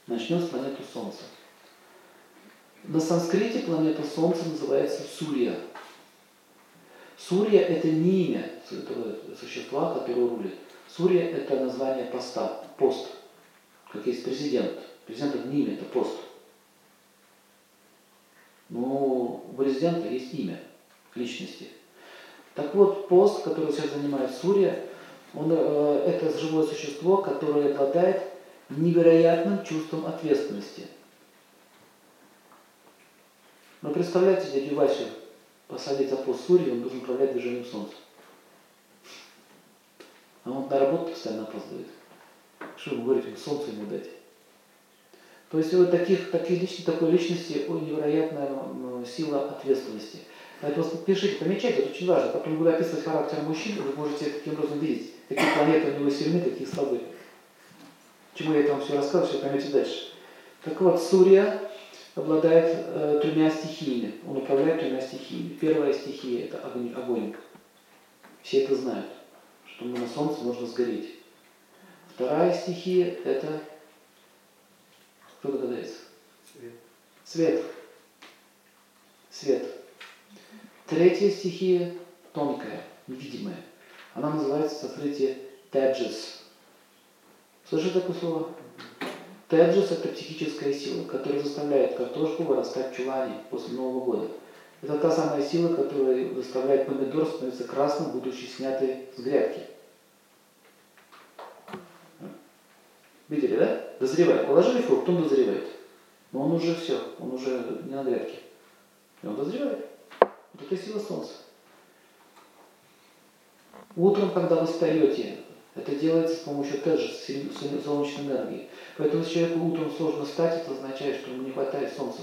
Начнем с планеты Солнца. На санскрите планета Солнца называется Сурья. Сурья – это не имя этого существа, которое рулит. Сурья – это название поста, пост. Как есть президент. Президент – это не имя, это пост. Но у президента есть имя личности. Так вот, пост, который сейчас занимает Сурья, это живое существо, которое обладает невероятным чувством ответственности. Но представляете, дядю Васю посадить за пост Сурьи, он должен управлять движением Солнца. А он на работу постоянно опаздывает. Что вы говорите, Солнце ему дать? То есть вот такой личности невероятная сила ответственности. Поэтому пишите, помечайте, это очень важно. Потом буду описывать характер мужчин, вы можете таким образом видеть, какие планеты у него сильны, какие слабы. Чему я это вам все рассказываю, все поймете дальше. Так вот, Сурья обладает тремя стихиями. Он управляет тремя стихиями. Первая стихия – это огонь. Все это знают, что на Солнце можно сгореть. Вторая стихия – это, кто догадается? Свет. Свет. Третья стихия – тонкая, невидимая. Она называется в санскрите теджес. Слышали такое слово? Теджес – это психическая сила, которая заставляет картошку вырастать в чулане после Нового года. Это та самая сила, которая заставляет помидор становиться красным, будучи снятый с грядки. Видели, да? Дозревает. Положили фрукт, он дозревает. Но он уже все, он уже не на грядке. И он дозревает. Вот это сила Солнца. Утром, когда вы встаете, это делается с помощью теджес, солнечной энергии. Поэтому если человеку утром сложно встать, это означает, что ему не хватает Солнца.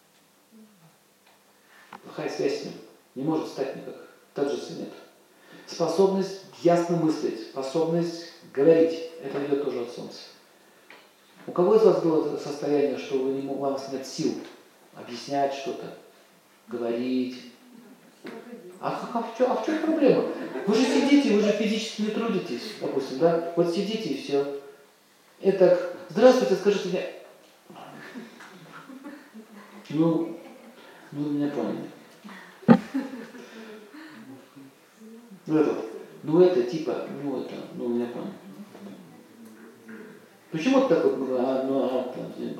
Плохая связь с ним. Не может встать никак. Теджеса нет. Способность ясно мыслить, способность говорить, это идет тоже от Солнца. У кого из вас было это состояние, что у вас нет сил объяснять что-то, говорить? А в чем проблема? Вы же сидите, вы же физически не трудитесь, допустим, да? Вот сидите и все. Итак, здравствуйте, скажите мне. Ну, вы меня поняли. Меня поняли. Почему ты такой было?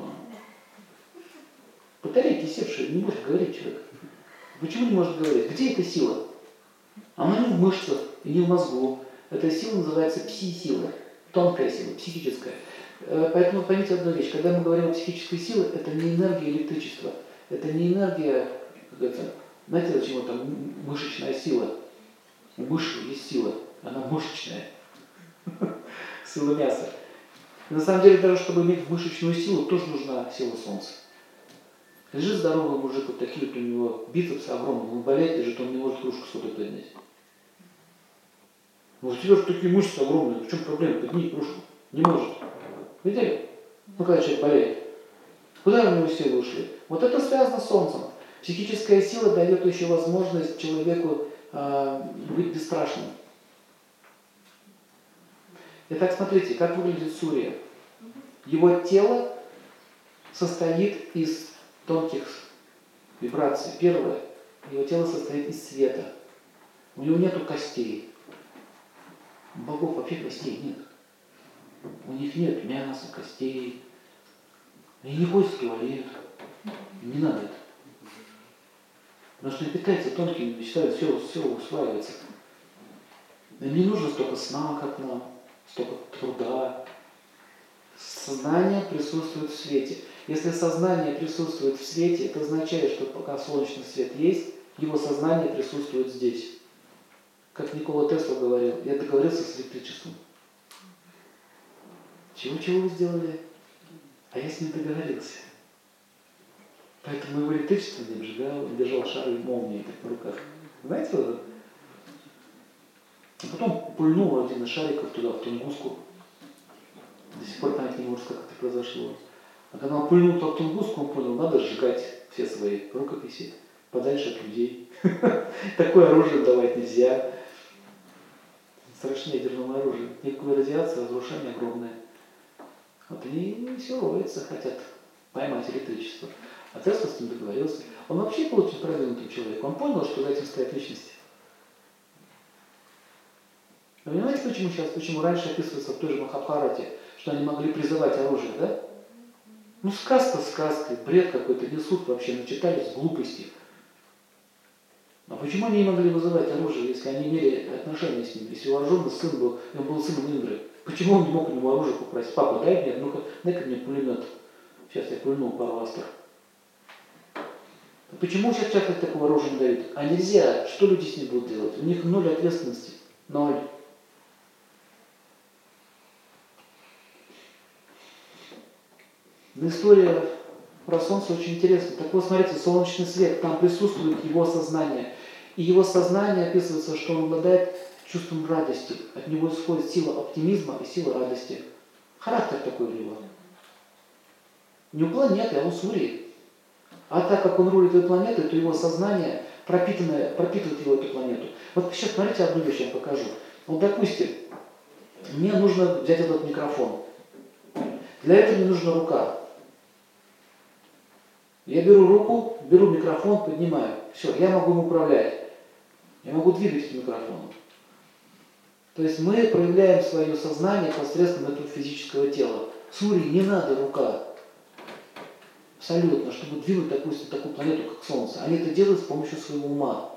Батарейки севшие, не может говорить человек. Почему не может говорить? Где эта сила? Она не в мышцах и не в мозгу. Эта сила называется пси-сила, тонкая сила, психическая. Поэтому поймите одну вещь. Когда мы говорим о психической силе, это не энергия электричества. Это не энергия, знаете, зачем там мышечная сила? У мыши есть сила, она мышечная. Сила мяса. На самом деле, даже чтобы иметь мышечную силу, тоже нужна сила Солнца. Лежит здоровый мужик, вот такие вот у него бицепсы огромные, он болеет, лежит, он не может кружку с водой поднять. Ну, у тебя же такие мышцы огромные, в чем проблема? Подними кружку. Не может. Видели? Ну, когда человек болеет. Куда у него силы ушли? Вот это связано с Солнцем. Психическая сила дает еще возможность человеку быть бесстрашным. Итак, смотрите, как выглядит Сурья. Его тело состоит из тонких вибраций. Первое, его тело состоит из света. У него нету костей. У богов вообще костей нет. У них нет мяса, костей. Они не ходят в туалет. Не надо это. Потому что питается тонкими веществами, все усваивается. Им не нужно столько сна, как нам, столько труда. Сознание присутствует в свете. Если сознание присутствует в свете, это означает, что пока солнечный свет есть, его сознание присутствует здесь. Как Никола Тесла говорил, я договорился с электричеством. Чего вы сделали? А я с ним договорился. Поэтому его электричество не обжигал, он держал шары молнии так на руках. Знаете вот это? А потом пульнул один из шариков туда, в Тунгуску. До сих пор понять не может, как это произошло. А когда он пульнул в Тунгуску, он понял, надо сжигать все свои рукописи подальше от людей. Такое оружие давать нельзя. Страшнее ядерного оружия. Никакой радиации, разрушение огромное. Вот они все роются, хотят поймать электричество. А Тесла с ним договорился. Он вообще был очень продвинутым человеком. Он понял, что за этим стоят личности. Вы понимаете, почему раньше описывается в той же Махабхарате, что они могли призывать оружие, да? Ну, сказка сказкой, бред какой-то несут вообще, начитались глупости. А почему они не могли вызывать оружие, если они имели отношения с ним? Если вооруженный сын был, и он был сыном Индры, почему он не мог у него оружие попросить? Папа, дай мне, ну-ка, дай-ка мне пулемет. Сейчас я пульну пару астр. Почему сейчас часто такого оружия не дают? А нельзя. Что люди с ним будут делать? У них 0 ответственности. 0. Но история про Солнце очень интересная. Так вот, смотрите, солнечный свет, там присутствует его сознание. И его сознание описывается, что он обладает чувством радости. От него исходит сила оптимизма и сила радости. Характер такой у него. Не у планеты, а у Сурьи. А так как он рулит этой планетой, то его сознание пропитывает его эту планету. Вот сейчас смотрите, одну вещь я вам покажу. Вот допустим, мне нужно взять этот микрофон. Для этого мне нужна рука. Я беру руку, беру микрофон, поднимаю. Все, я могу им управлять. Я могу двигать этим микрофоном. То есть мы проявляем свое сознание посредством этого физического тела. Сурье не надо рука. Абсолютно, чтобы двигать, допустим, такую планету, как Солнце. Они это делают с помощью своего ума.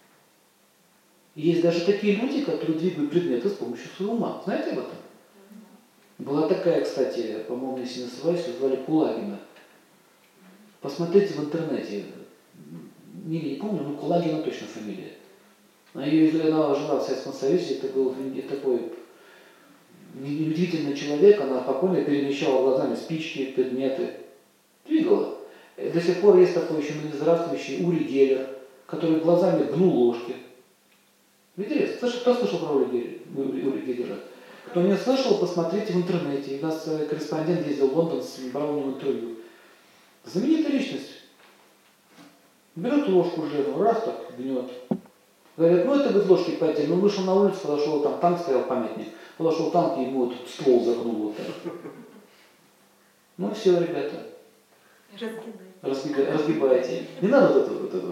И есть даже такие люди, которые двигают предметы с помощью своего ума. Знаете об этом? Была такая, кстати, по-моему, если не ошибаюсь, ее звали Кулагина. Посмотрите в интернете. Не помню, но Кулагина точно фамилия. Она жила в Советском Союзе, это был такой удивительный человек, она спокойно перемещала глазами спички, предметы. Двигала. До сих пор есть такой еще здравствующий Ури Геллер, который глазами гнул ложки. Видели? Кто слышал про Ури Геллера? Кто не слышал, посмотрите в интернете. У нас корреспондент ездил в Лондон, брал у него интервью. Знаменитая личность. Берет ложку жирную, раз так гнет. Говорят, ну это говорит ложки по отдельно. Он вышел на улицу, подошел, там танк стоял, памятник. Подошел танк, и ему вот ствол загнул вот так. Ну все, ребята. Разгибаете. Не надо вот эту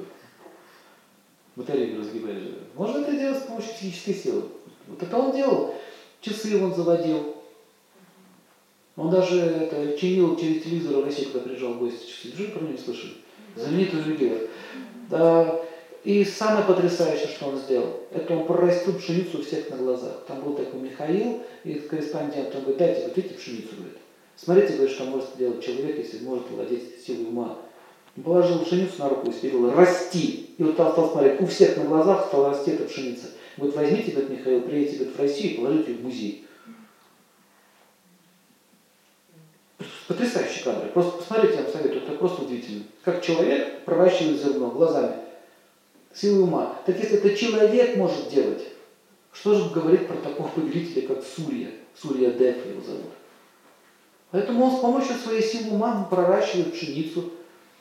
батарею разгибать. Можно это делать с помощью физической силы. Вот это он делал. Часы он заводил. Он даже это чинил через телевизор в России, когда приезжал в гости. Часы. Жили про него не слышали? Знаменитый Жигер. Да. И самое потрясающее, что он сделал, это он прорастил пшеницу у всех на глазах. Там был такой Михаил, и корреспондент, он говорит, дайте, вот видите пшеницу, говорит. Смотрите, говорит, что может сделать человек, если может владеть силой ума. Он положил пшеницу на руку и сказал, расти. И вот стал смотреть, у всех на глазах стала расти эта пшеница. Говорит, возьмите, говорит, Михаил, приедете, говорит, в Россию и положите ее в музей. Потрясающие кадры. Просто посмотрите, я вам советую, это просто удивительно. Как человек проращивает зерно глазами, силой ума. Так если это человек может делать, что же говорит про такого повелителя, как Сурья? Сурья Дев его зовут. Поэтому он с помощью своей силы ума проращивает пшеницу,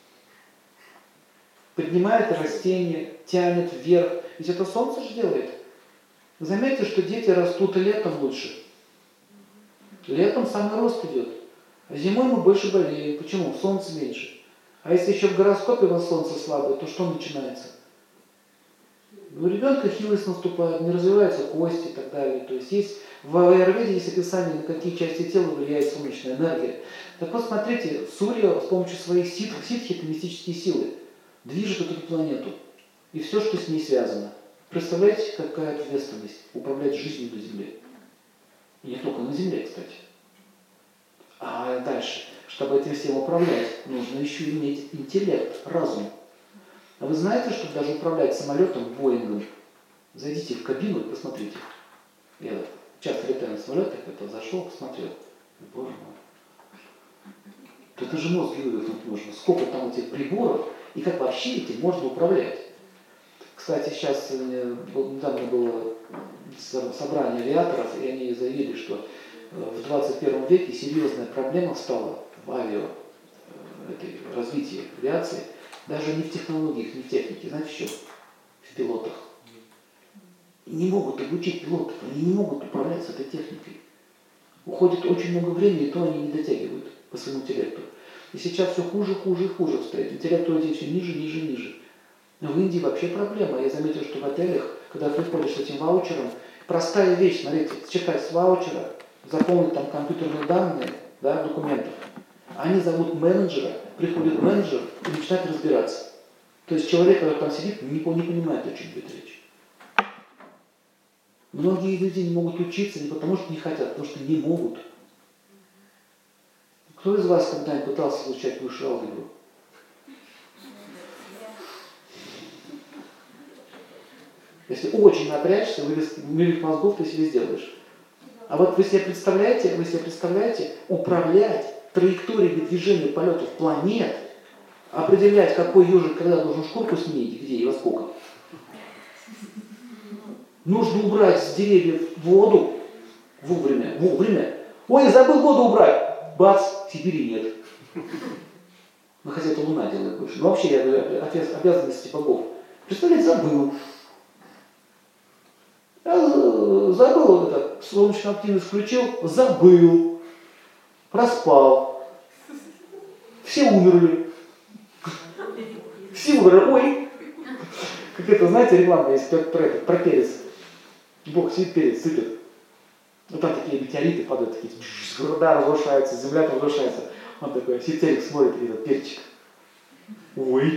поднимает растения, тянет вверх. Ведь это солнце же делает. Заметьте, что дети растут летом лучше. Летом самый рост идет. А зимой мы больше болеем. Почему? Солнце меньше. А если еще в гороскопе у вас солнце слабое, то что начинается? У ребенка хилость наступает, не развиваются кости и так далее. То есть в аюрведе есть описание, на какие части тела влияет солнечная энергия. Так вот, смотрите, Сурья с помощью своих ситхи, это мистические силы, движет эту планету. И все, что с ней связано. Представляете, какая ответственность управлять жизнью на Земле? И не только на Земле, кстати. А дальше, чтобы этим всем управлять, нужно еще иметь интеллект, разум. А вы знаете, что даже управлять самолетом, Боингом, зайдите в кабину и посмотрите. Я часто летаю на самолетах, это зашел, посмотрел. Боже мой. Это же мозг вывихнуть можно. Сколько там этих приборов и как вообще этим можно управлять. Кстати, сейчас недавно было собрание авиаторов, и они заявили, что в 21 веке серьезная проблема стала в развитии авиации, даже не в технологиях, не в технике, знаете что? В пилотах. И не могут обучить пилотов, они не могут управлять с этой техникой. Уходит очень много времени, и то они не дотягивают по своему интеллекту. И сейчас все хуже, хуже и хуже стоит. Интеллект у людей все ниже, ниже, ниже. Но в Индии вообще проблема. Я заметил, что в отелях, когда приходишь с этим ваучером, простая вещь, смотрите, читать с ваучера, заполнить там компьютерные данные, да, документов. Они зовут менеджера, приходит менеджер и начинает разбираться. То есть человек, который там сидит, не понимает, о чем идет речь. Многие люди не могут учиться не потому, что не хотят, а потому что не могут. Кто из вас когда-нибудь пытался изучать высшую алгебру? Если очень напрячься, вывих мозгов ты себе сделаешь. А вот вы себе представляете управлять траекторией движения полетов планет, определять, какой ежик когда должен шкурку сменить, где и во сколько. Нужно убрать с деревьев воду вовремя. Ой, забыл воду убрать. Бац, в Сибири нет. Ну, хотя это Луна делает больше. Но вообще, я говорю, обязанности богов. Представляете, забыл. Я забыл это, солнечную активность включил, забыл. Проспал. Все умерли. Все умерли. Ой. Как это, знаете, реклама есть про перец. Бог сидит, перец сыпет. Вот там такие метеориты падают, такие, города разрушаются, земля разрушается. Он такой, ситерик смотрит, и этот перчик. Ой.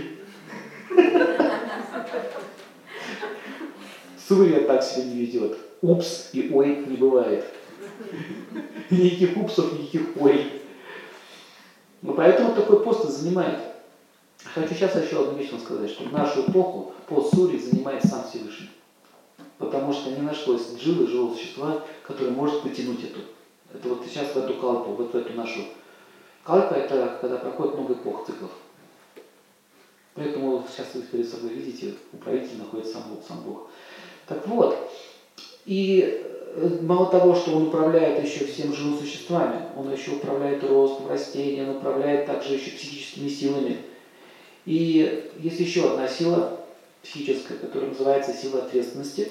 Сурья так себя не ведет. Упс и ой не бывает. Никаких упсов, никаких ой. Ну, поэтому такой пост и занимает. Хочу сейчас еще одну вещь вам сказать, что в нашу эпоху пост Сурьи занимает сам Всевышний. Потому что не нашлось живого существа, которое может потянуть эту. Это вот сейчас в эту калпу, вот в эту нашу. Калпа — это когда проходит много эпох, циклов. Поэтому сейчас вы перед собой видите, у правителя находится сам Бог. Так вот, и мало того, что он управляет еще всем живым существами, он еще управляет ростом растений, он управляет также еще психическими силами. И есть еще одна сила психическая, которая называется сила ответственности.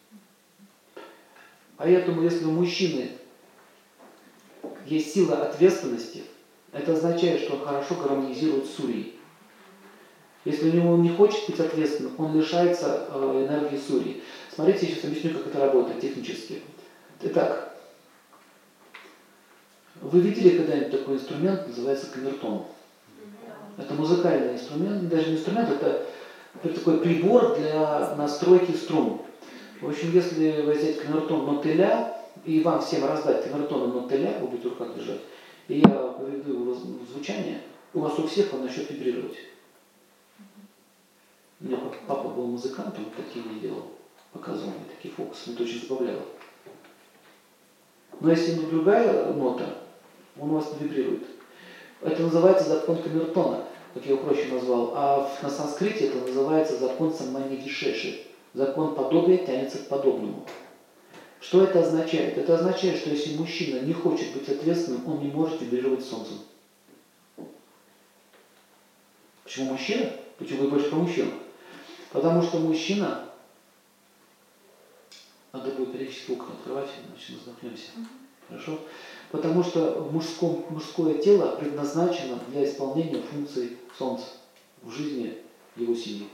Поэтому, если у мужчины есть сила ответственности, это означает, что он хорошо гармонизирует с Сурьей. Если у него он не хочет быть ответственным, он лишается энергии Сурьи. Смотрите, я сейчас объясню, как это работает технически. Итак, вы видели когда-нибудь такой инструмент, называется камертон? Это музыкальный инструмент, даже не инструмент, это такой прибор для настройки струн. В общем, если взять камертон мотыля, и вам всем раздать камертон мотыля, вы будете в руках держать, и я поведу его в звучание, у вас у всех он начнет вибрировать. У меня папа был музыкантом, такие не делал, показывал мне такие фокусы, мне это очень забавляло. Но если другая нота, он у вас не вибрирует. Это называется закон камертона, как я его проще назвал, а на санскрите это называется закон саммани-вишеши. Закон подобия тянется к подобному. Что это означает? Это означает, что если мужчина не хочет быть ответственным, он не может вибрировать солнцем. Почему мужчина? Почему вы больше про мужчину? Потому что мужчина, надо будет периодически окна открывать, иначе мы задохнемся. Хорошо? Потому что мужское тело предназначено для исполнения функций солнца в жизни его семьи.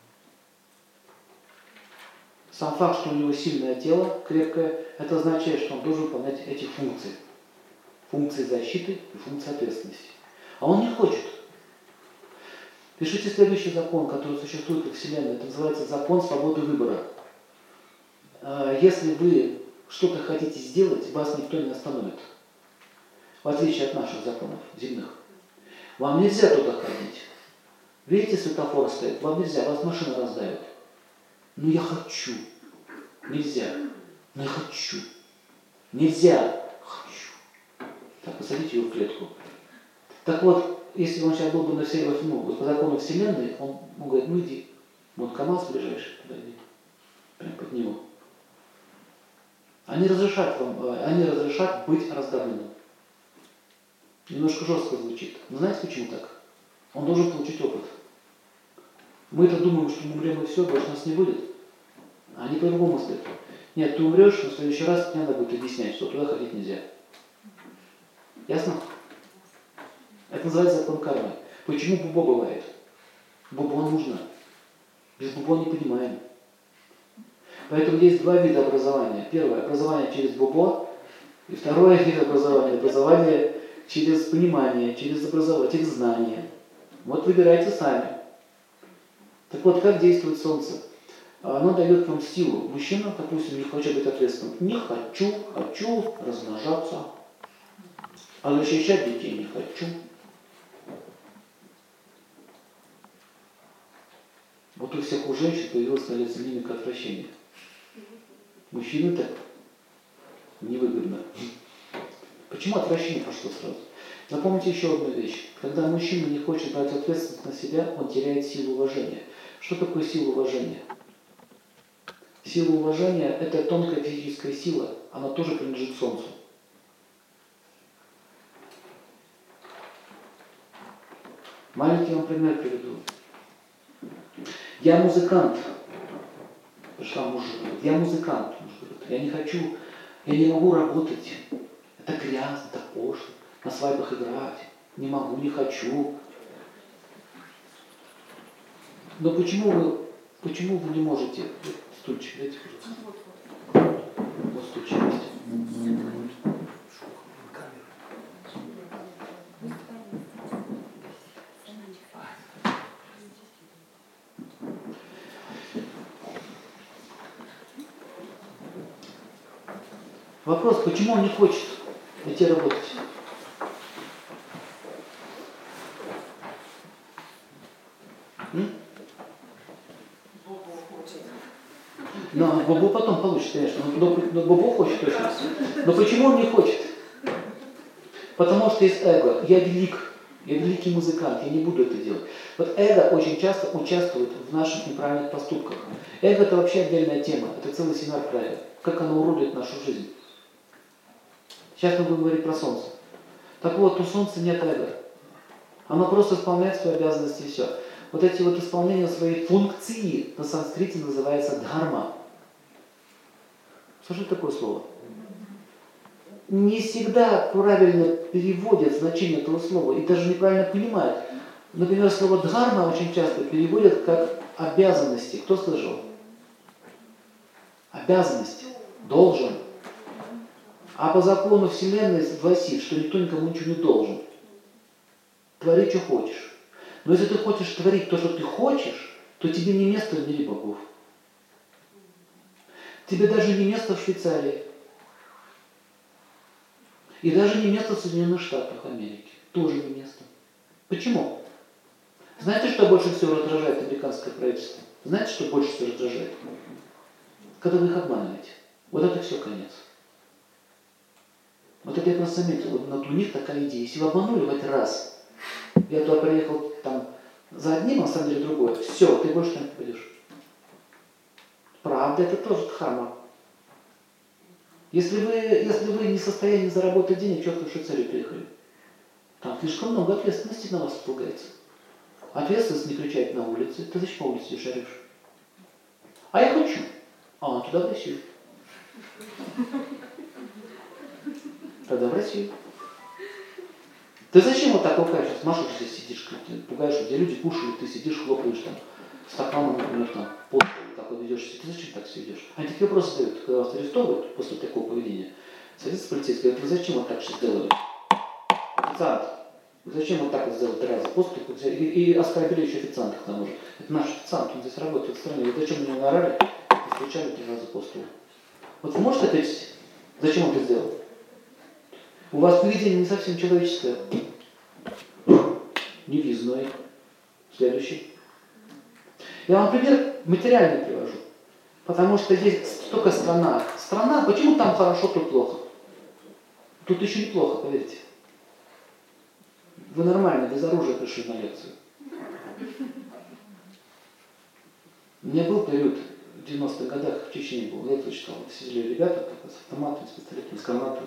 Сам факт, что у него сильное тело, крепкое, это означает, что он должен выполнять эти функции. Функции защиты и функции ответственности. А он не хочет. Пишите следующий закон, который существует во Вселенной. Это называется закон свободы выбора. Если вы что-то хотите сделать, вас никто не остановит. В отличие от наших законов земных. Вам нельзя туда ходить. Видите, светофор стоит, вам нельзя, вас машина раздавит. Ну я хочу. Нельзя. Ну я хочу. Нельзя. Хочу. Так, посадите ее в клетку. Так вот, если он сейчас был бы по закону Вселенной, он говорит, ну иди. Вот КамАЗ ближайший, туда иди. Прям под него. Они разрешат быть раздавленным. Немножко жестко звучит. Но знаете, почему так? Он должен получить опыт. Мы-то думаем, что мы умрем и все, больше нас не будет. А они по-другому мыслят. Нет, ты умрешь, но в следующий раз тебе надо будет объяснять, что туда ходить нельзя. Ясно? Это называется закон кармы. Почему бубо бывает? Бубо нужно. Без бубо не понимаем. Поэтому есть два вида образования. Первое – образование через бубо. И второе вид образования – образование через понимание, через образование, через знание. Вот выбирайте сами. Так вот, как действует солнце? Оно дает вам силу. Мужчина, допустим, не хочет быть ответственным. Не хочу, хочу размножаться. А защищать детей не хочу. Вот у всех у женщин появилась на лице мимика отвращения. Мужчины-то невыгодно. Почему отвращение пошло сразу? Запомните еще одну вещь. Когда мужчина не хочет брать ответственность на себя, он теряет силу уважения. Что такое сила уважения? Сила уважения – это тонкая физическая сила. Она тоже принадлежит Солнцу. Маленький вам пример приведу. Я музыкант. Пришла муж говорит, я музыкант. Муж говорит, я не хочу, я не могу работать. Это грязно, это пошло. На свадьбах играть. Не могу, не хочу. Но почему вы не можете? Стульчик, дайте, пожалуйста. Вот стульчик есть. Вопрос, почему он не хочет идти работать? Но Бобо потом получит, конечно. Но Бобо хочет точно. Но почему он не хочет? Потому что есть эго. Я великий музыкант, я не буду это делать. Вот эго очень часто участвует в наших неправильных поступках. Эго – это вообще отдельная тема, это целый семинар правил. Как оно уродует нашу жизнь. Сейчас мы будем говорить про Солнце. Так вот, у Солнца нет эго. Оно просто исполняет свои обязанности и все. Вот эти вот исполнения своей функции на санскрите называется дхарма. Что же это такое слово? Не всегда правильно переводят значение этого слова и даже неправильно понимают. Например, слово дхарма очень часто переводят как обязанности. Кто слышал? Обязанность. Должен. А по закону Вселенной гласит, что никто никому ничего не должен. Твори, что хочешь. Но если ты хочешь творить то, что ты хочешь, то тебе не место в мире богов. Тебе даже не место в Швейцарии. И даже не место в Соединенных Штатах Америки. Тоже не место. Почему? Знаете, что больше всего раздражает американское правительство? Знаете, что больше всего раздражает? Когда вы их обманываете. Вот это все конец. Вот это я просто заметил. Вот у них такая идея. Если вы обманули хоть раз, я туда приехал там за одним, а на самом деле другое. Все, ты больше там не пойдешь. Правда, это тоже дхарма. Если вы не в состоянии заработать денег, что вы в Швейцарию приехали? Там слишком много ответственности на вас возлагается. Ответственность не кричать на улице. Ты зачем по улице шаришь? А я хочу. А, туда в Россию. Тогда в Россию. Ты зачем вот так рукаешь, машешь здесь сидишь, пугаешь, где люди кушают, ты сидишь, хлопаешь там, стаканом, например, там, под так вот ведешь, ты зачем так все ведешь? Они такие вопросы задают, когда вас арестовывают после такого поведения. Садится полицейский, говорит, вы зачем вот так все сделали? Официант, вы зачем вот так вот сделали 3 раза? После и оскорбили еще официанта к тому же. Это наш официант, он здесь работает в стране. Вы зачем на него наорали и встречали 3 раза по столу? Вот вы можете ответить, зачем он это сделал? У вас поведение не совсем человеческое. Не въездной. Следующий. Я вам пример материальный привожу. Потому что есть только страна. Страна, почему там хорошо, тут плохо? Тут еще неплохо, поверьте. Вы нормально, без оружия пришли на лекцию. У меня был период в 90-х годах в Чечне был. Лекцию читал. Сидели ребята так, с автоматами, с пистолетами, с гранатами.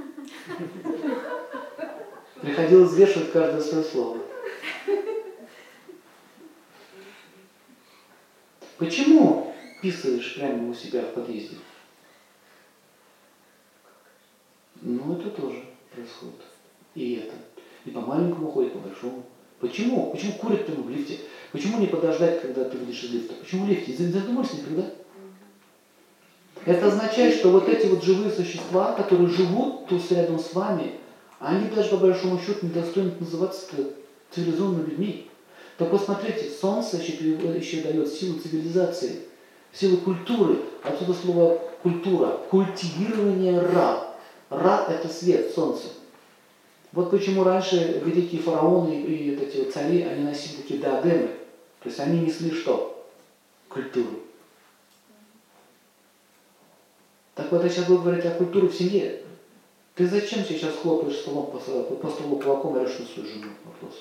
Приходилось взвешивать каждое свое слово. Почему писаешь прямо у себя в подъезде? Ну, это тоже происходит. И по маленькому ходит, по большому. Почему? Почему курят прямо в лифте? Почему не подождать, когда ты выйдешь из лифта? Почему в лифте? Задумайся никогда. Это означает, что вот эти вот живые существа, которые живут тут рядом с вами, они даже по большому счету не достойны называться цивилизованными людьми. Так вот смотрите, солнце еще дает силу цивилизации, силу культуры. Отсюда слово культура, культивирование Ра. Ра – это свет, солнце. Вот почему раньше великие фараоны и эти вот цари, они носили такие диадемы. То есть они несли что? Культуру. Так вот, я сейчас буду говорить о культуре в семье. Ты зачем сейчас хлопаешь столом по столу кулаком и орешь на свою жену? Вопрос.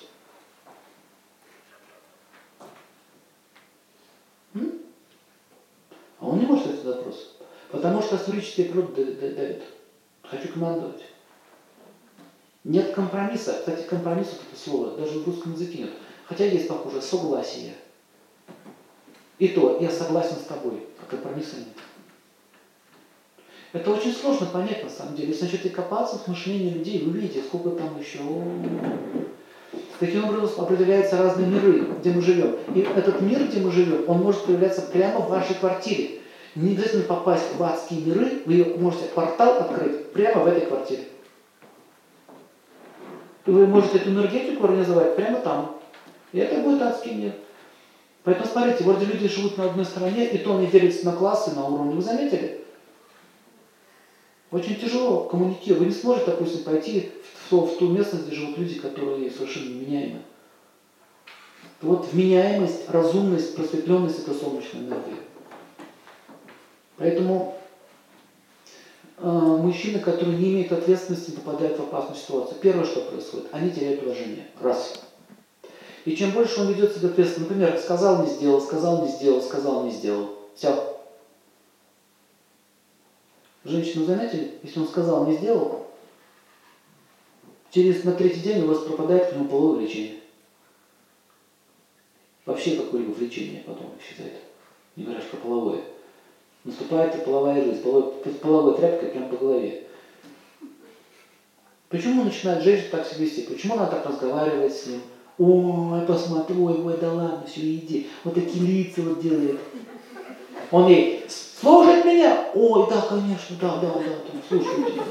А он не может ответить на вопрос. Потому что исторический природа давит. Хочу командовать. Нет компромисса. Кстати, компромисс вот это слово даже в русском языке нет. Хотя есть похоже согласие. И то, я согласен с тобой, а компромисса нет. Это очень сложно понять на самом деле. Если начнете копаться в мышлении людей, вы увидите, сколько там еще. Таким образом определяются разные миры, где мы живем. И этот мир, где мы живем, он может появляться прямо в вашей квартире. Не обязательно попасть в адские миры, вы можете портал открыть прямо в этой квартире. И вы можете эту энергетику организовать прямо там. И это будет адский мир. Поэтому смотрите, вроде люди живут на одной стороне, и то они делятся на классы, на уровни. Вы заметили? Очень тяжело коммуникировать. Вы не сможете, допустим, пойти в ту местность, где живут люди, которые совершенно неменяемы. Вот вменяемость, разумность, просветленность – это солнечная энергия. Поэтому мужчины, которые не имеют ответственности, попадают в опасную ситуацию. Первое, что происходит, они теряют уважение. Раз. И чем больше он ведет себя ответственно, например, сказал, не сделал, сказал, не сделал, сказал, не сделал. Все. Женщину заметили, если он сказал, не сделал, на третий день у вас пропадает к нему половое влечение. Вообще какое-либо влечение потом исчезает. Не говоря про половое. Наступает половая жизнь, половой тряпкой прямо по голове. Почему начинает женщина так себя вести? Почему она так разговаривает с ним? Ой, посмотри, ой, да ладно, все, иди. Вот такие лица вот делает. Он ей, слушать меня? Ой, да, конечно, да, слушаю тебя.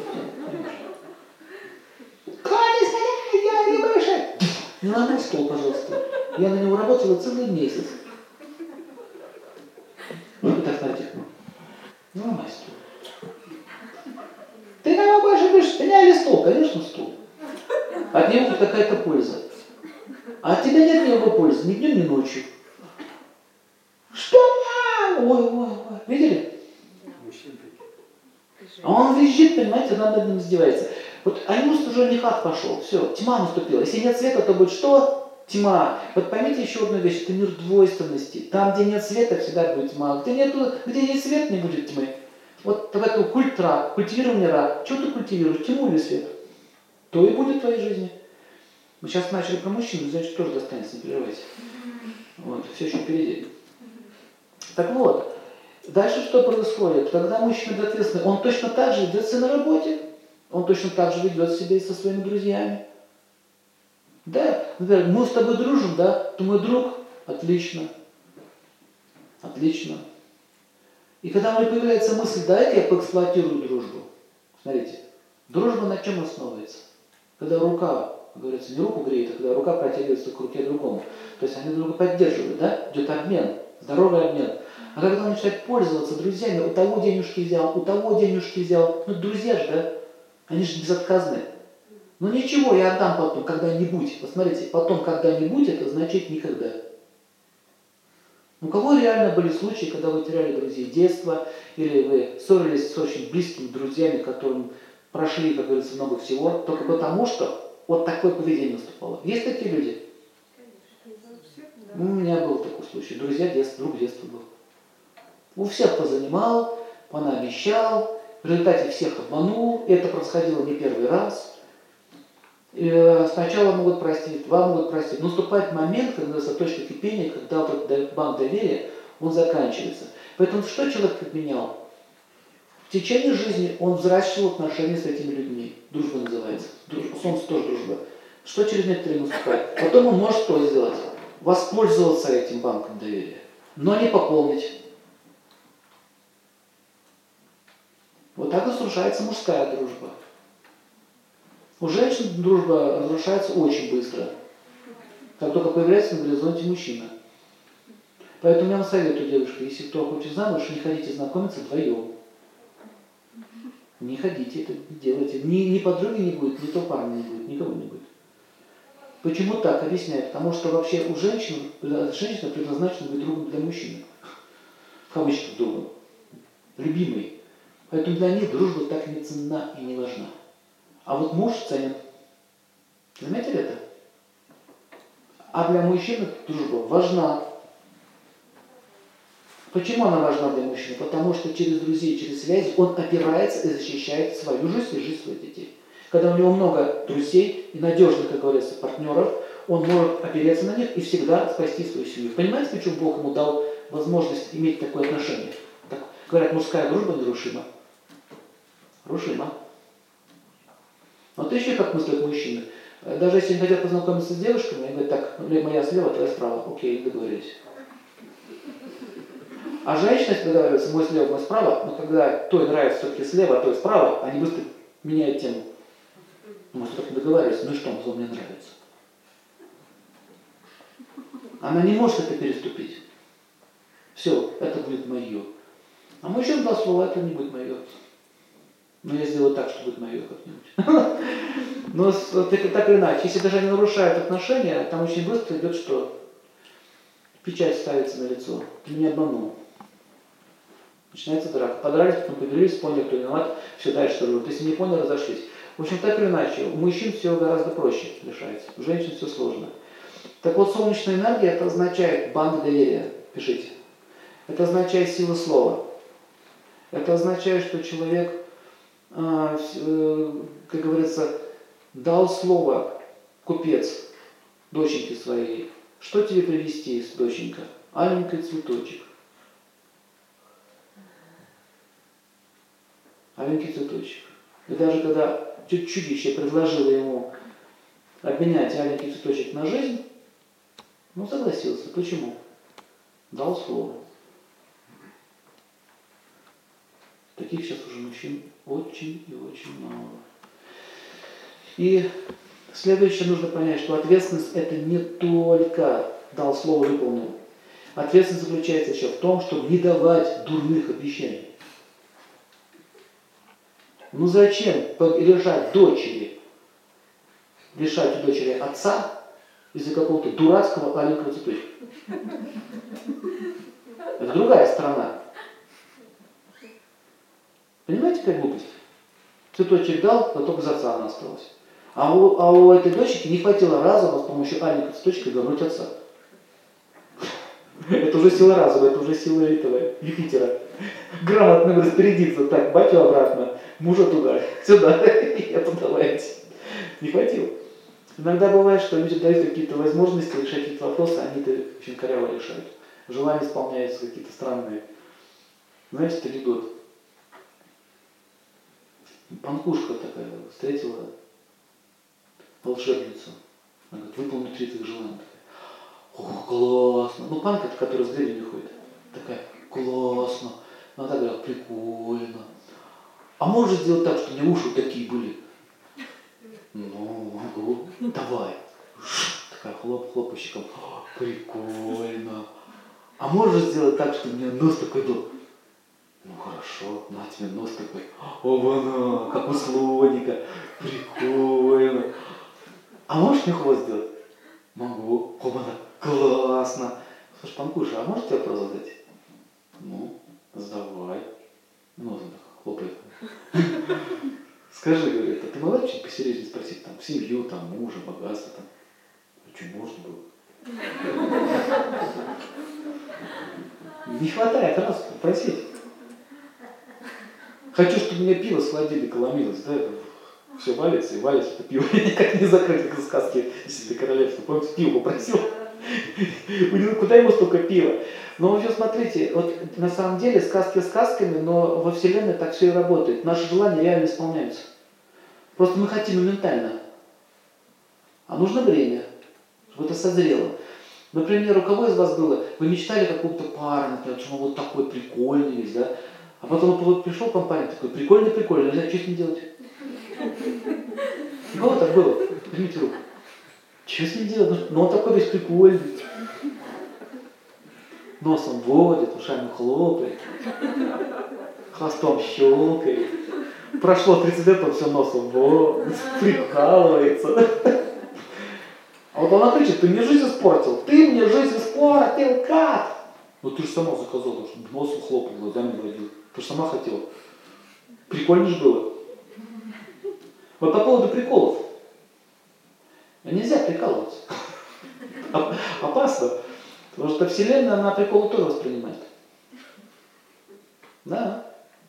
Кланяйся, я не больше. Не ломай стол, пожалуйста. Я на него работала целый месяц. Вы так знаете. Не ломай стол. Ты на него больше будешь, ты не стол, конечно, стол. От него хоть какая-то польза. А от тебя нет никакой пользы, ни днем, ни ночью. Что? Ой. Видели? А он визжит, понимаете, над ним издевается. Вот а ему уже женихат пошел, все, тьма наступила. Если нет света, то будет что? Тьма. Вот поймите еще одну вещь, это мир двойственности. Там, где нет света, всегда будет тьма. Где есть свет, не будет тьмы. Вот такой культ Ра, культивирование Ра. Что ты культивируешь, тьму или свет? То и будет в твоей жизни. Мы сейчас начали про мужчин, значит, тоже достанется, не переживайте. Вот, все еще впереди. Так вот, дальше что происходит? Когда мужчина ответственный, он точно так же ведет себя на работе, он точно так же ведет себя и со своими друзьями. Да, например, мы с тобой дружим, да, ты мой друг, отлично. Отлично. И когда у меня появляется мысль, дай-ка я поэксплуатирую дружбу. Смотрите, дружба на чем основывается? Когда рука, говорится, не руку греет, а когда рука протягивается к руке другому. То есть они друг друга поддерживают, да? Идет обмен, здоровый обмен. А когда он начинает пользоваться друзьями, у того денежки взял, ну друзья же, да? Они же безотказны. Ну ничего, я отдам потом, когда-нибудь. Посмотрите, потом когда-нибудь, это значит никогда. У кого реально были случаи, когда вы теряли друзей детства, или вы ссорились с очень близкими друзьями, которым прошли, как говорится, много всего, только потому, что вот такое поведение наступало. Есть такие люди? У меня был такой случай. Друзья детства, друг детства был. У всех позанимал, понаобещал, в результате всех обманул. Это происходило не первый раз. И сначала могут простить, два могут простить. Но наступает момент, когда с точки кипения, когда вот этот банк доверия, он заканчивается. Поэтому что человек поменял? В течение жизни он взращивал отношения с этими людьми. Дружба называется. Солнце тоже дружба. Что через некоторое время наступает? Потом он может что сделать? Воспользоваться этим банком доверия, но не пополнить. Вот так разрушается мужская дружба. У женщин дружба разрушается очень быстро, как только появляется на горизонте мужчина. Поэтому я вам советую, девушка, если кто хочет замуж, не ходите знакомиться вдвоем. Не ходите, это не делайте. Ни подруги не будет, ни то парня не будет, никого не будет. Почему так? Объясняю. Потому что вообще у женщины предназначена быть другом для мужчины. В кавычках другом. Любимый. Поэтому для них дружба так не ценна и не важна. А вот муж ценен. Заметили это? А для мужчины дружба важна. Почему она важна для мужчины? Потому что через друзей, через связи он опирается и защищает свою жизнь и жизнь своих детей. Когда у него много друзей и надежных, как говорится, партнеров, он может опереться на них и всегда спасти свою семью. Понимаете, почему Бог ему дал возможность иметь такое отношение? Так, говорят, мужская дружба нерушима. Рушима. Вот еще как мыслят мужчины. Даже если они хотят познакомиться с девушками, они говорят, так, моя слева, твоя справа. Окей, договорились. А женщина, если договаривается, мой слева, мой справа, но когда той нравится все-таки слева, а той справа, они быстро меняют тему. Мы все-таки договаривались, ну и что, он мне нравится. Она не может это переступить. Все, это будет мое. А мужчина дал слово, это не будет мое. Но я сделаю так, что будет мое как-нибудь. Но так или иначе, если даже они нарушают отношения, там очень быстро идет что? Печать ставится на лицо. Ты меня обманул. Начинается драка. Подрались, потом поделились, поняли, кто виноват, все дальше что живут. Если не поняли, разошлись. В общем, так или иначе, у мужчин все гораздо проще решается. У женщин все сложно. Так вот, солнечная энергия, это означает банк доверия. Пишите. Это означает сила слова. Это означает, что человек, как говорится, дал слово, купец, доченьке своей. Что тебе привезти, доченька? Аленький цветочек. Аленький цветочек. И даже когда чудище предложило ему обменять аленький цветочек на жизнь, ну согласился. Почему? Дал слово. Таких сейчас уже мужчин очень и очень много. И следующее нужно понять, что ответственность это не только дал слово, выполнил. Ответственность заключается еще в том, чтобы не давать дурных обещаний. Ну зачем лишать у дочери отца из-за какого-то дурацкого аленького цветочка? Это другая страна. Понимаете, какая глупость? Цветочек дал, но только за отца она осталась. А у этой дочки не хватило разума с помощью аленького цветочка вернуть отца. Это уже сила разума, это уже сила этого Юпитера. Грамотно распорядиться. Так, батю обратно, мужа туда, сюда, это давайте. Не хватило. Иногда бывает, что люди дают какие-то возможности решать какие-то вопросы, они это очень коряво решают. Желания исполняются какие-то странные. Знаете, это анекдот. Панкушка такая встретила волшебницу. Она говорит, выполни 3 твоих желания. О, классно. Ну, панка, который с гребнем ходит. Такая, классно. Она так говорит, прикольно. А можешь сделать так, чтобы у меня уши такие были? Ну, могу. Давай. Такая хлопащиком. Прикольно. А можешь сделать так, чтобы у меня нос такой был? Ну хорошо, на тебе нос такой. Оба-на, как у слоника. Прикольно. А можешь мне хвост сделать? Могу. Оба-на, классно. Слушай, Панкуша, а можешь тебе вопрос задать? Ну, задавай. Ну, хлопает. Скажи, говорит, а ты могла бы чуть посерьезнее спросить, там, семью, там, мужа, богатство, там? А что, можно было? Не хватает раз попросить. Хочу, чтобы у меня пиво с холодильника ломилось, да, это все валится и валится, это пиво никак не закрыть, как в сказке «Десятое королевство». Помните, пиво попросил, Куда ему столько пива? Но вообще смотрите, вот на самом деле сказки сказками, но во Вселенной так все и работает. Наши желания реально исполняются. Просто мы хотим моментально. А нужно время, чтобы это созрело. Например, у кого из вас было, вы мечтали какого-то парня, например, что он вот такой прикольный весь, да? А потом он пришел к вам парень такой, прикольный, прикольный, не знаю, что с ним делать? У кого так было? Поднимите руку. Что с ним делать? Ну он такой весь прикольный. Носом водит, ушами хлопает, хвостом щелкает. Прошло 30 лет, он все носом водит, прикалывается. А вот она кричит, ты мне жизнь испортил, ты мне жизнь испортил, как? Ну ты же сама заказала, чтобы носом хлопал, глазами водил. Ты же сама хотела. Прикольно же было. Вот по поводу приколов. Нельзя прикалываться. Опасно. Потому что Вселенная, она приколы тоже воспринимает. Да.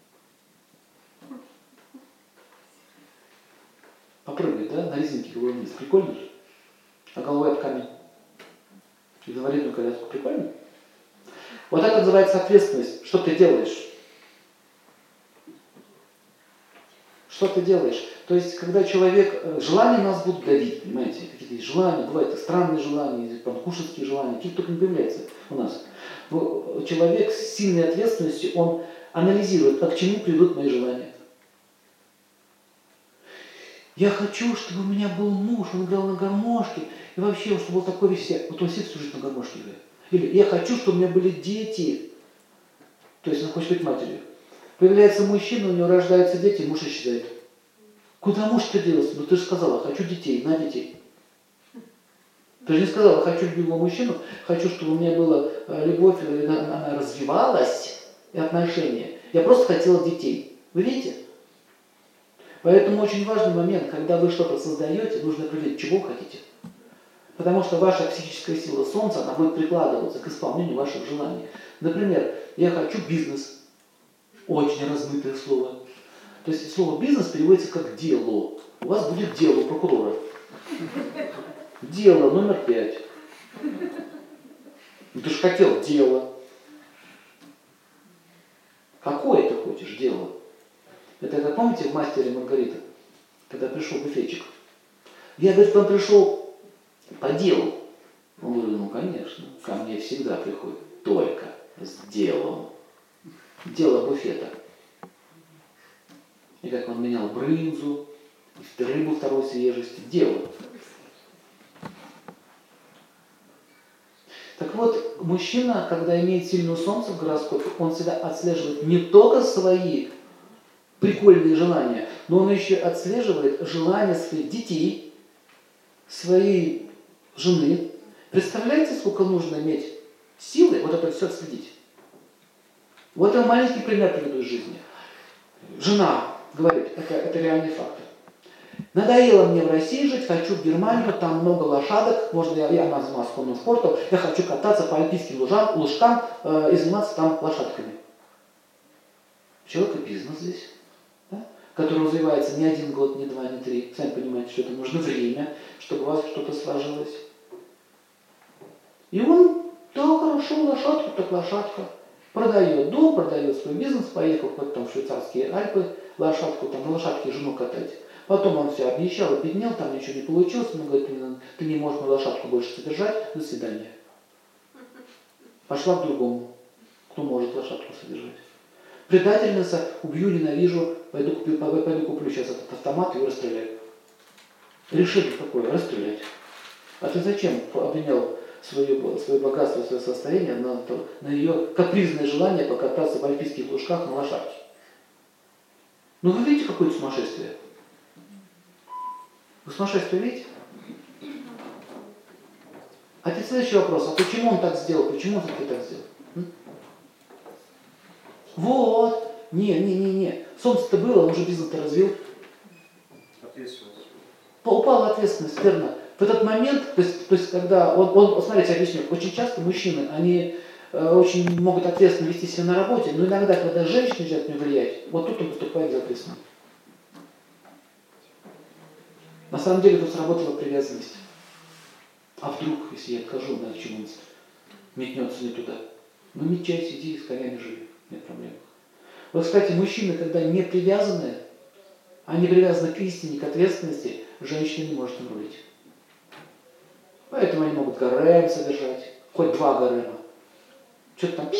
Попрыгать, да, на резинке головой вниз. Прикольно же. А головой об камень. И в инвалидную коляску. Прикольно? Вот это называется ответственность. Что ты делаешь? Что ты делаешь? То есть, когда человек... Желания нас будут давить, понимаете? Какие-то желания, бывают и странные желания, там, кушательские желания, какие-то только не появляются у нас. Но человек с сильной ответственностью, он анализирует, а к чему приведут мои желания. Я хочу, чтобы у меня был муж, он играл на гармошке, и вообще, чтобы был такой весь... Вот он сидит всю жизнь на гармошке играет. Или я хочу, чтобы у меня были дети. То есть он хочет быть матерью. Появляется мужчина, у него рождаются дети, муж исчезает. Куда муж-то делся? Ну ты же сказала, хочу детей, на детей. Ты же не сказала, хочу любимого мужчину, хочу, чтобы у меня была любовь, она развивалась, и отношения. Я просто хотела детей. Вы видите? Поэтому очень важный момент, когда вы что-то создаете, нужно определить, чего вы хотите. Потому что ваша психическая сила Солнца, она будет прикладываться к исполнению ваших желаний. Например, я хочу бизнес. Очень размытое слово. То есть слово бизнес переводится как дело. У вас будет дело у прокурора. Дело номер 5. Ну ты же хотел дело. Какое ты хочешь дело? Это как помните в «Мастере и Маргарита», когда пришел буфетчик. Я, говорит, к вам пришел по делу. Он говорит, ну конечно, ко мне всегда приходит только с делом. Дело буфета. И как он менял брынзу, рыбу второй свежести. Дело. Так вот, мужчина, когда имеет сильное солнце в гороскопе, он всегда отслеживает не только свои прикольные желания, но он еще отслеживает желания своих детей, своей жены. Представляете, сколько нужно иметь силы вот это все отследить? Вот я маленький пример приведу из жизни. Жена говорит, это реальный факт. Надоело мне в России жить, хочу в Германию, там много лошадок, можно я занимаюсь конным спортом, я хочу кататься по альпийским лужкам и заниматься там лошадками. У человека бизнес здесь, да, который развивается не 1 год, не 2, не 3. Сами понимаете, что это нужно время, чтобы у вас что-то сложилось. И он, да, хорошо, лошадка, так лошадка. Продает дом, продает свой бизнес, поехал потом в швейцарские Альпы, лошадку, там на лошадке жену катать. Потом он все обнищал, обеднел, там ничего не получилось. Он говорит, ты не можешь мою лошадку больше содержать, до свидания. Пошла к другому, кто может лошадку содержать. Предательница, убью, ненавижу, пойду куплю сейчас этот автомат и расстреляю. Решение какое? Расстрелять. А ты зачем обменял свое богатство, свое состояние на ее капризное желание покататься в альпийских лужках на лошадке? Ну вы видите какое-то сумасшествие? Вы сумасшествие видите? А теперь следующий вопрос. А почему он так сделал? Почему он все-таки так сделал? Вот. Не. Солнце-то было, он уже бизнес-то развил. Ответственность. Упала ответственность, верно. В этот момент, то есть когда он, смотрите, объясню, очень часто мужчины, они очень могут ответственно вести себя на работе, но иногда, когда женщина начинает на него влиять, вот тут он поступает безответственно. На самом деле тут сработала привязанность. А вдруг, если я откажу, на чему-нибудь метнется не туда? Ну, мечай, сиди, с конями живи, нет проблем. Вот, кстати, мужчины, когда не привязаны, они привязаны к истине, к ответственности, женщина не может им рулить. Поэтому они могут гарем содержать, хоть 2 гарема. Что-то там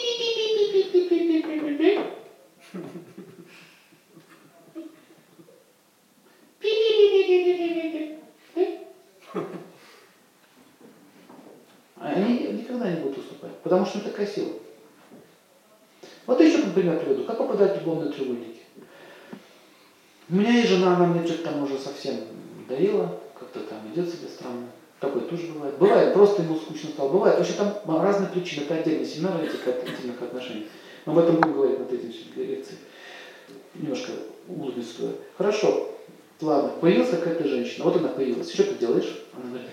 они никогда не будут уступать, потому что это такая сила. Вот еще как пример приведу. Как попадать в любовные треугольники? У меня есть жена, она мне что-то там уже совсем доела, как-то там ведет себя странно. Такое тоже бывает. Бывает, просто ему скучно стало. Бывает. Вообще там разные причины. Это отдельный семинар этих интимных отношений. Мы об этом будем говорить на третьей лекции. Немножко углубиться. Хорошо. Ладно, появилась какая-то женщина. Вот она появилась. Что ты делаешь? Она говорит,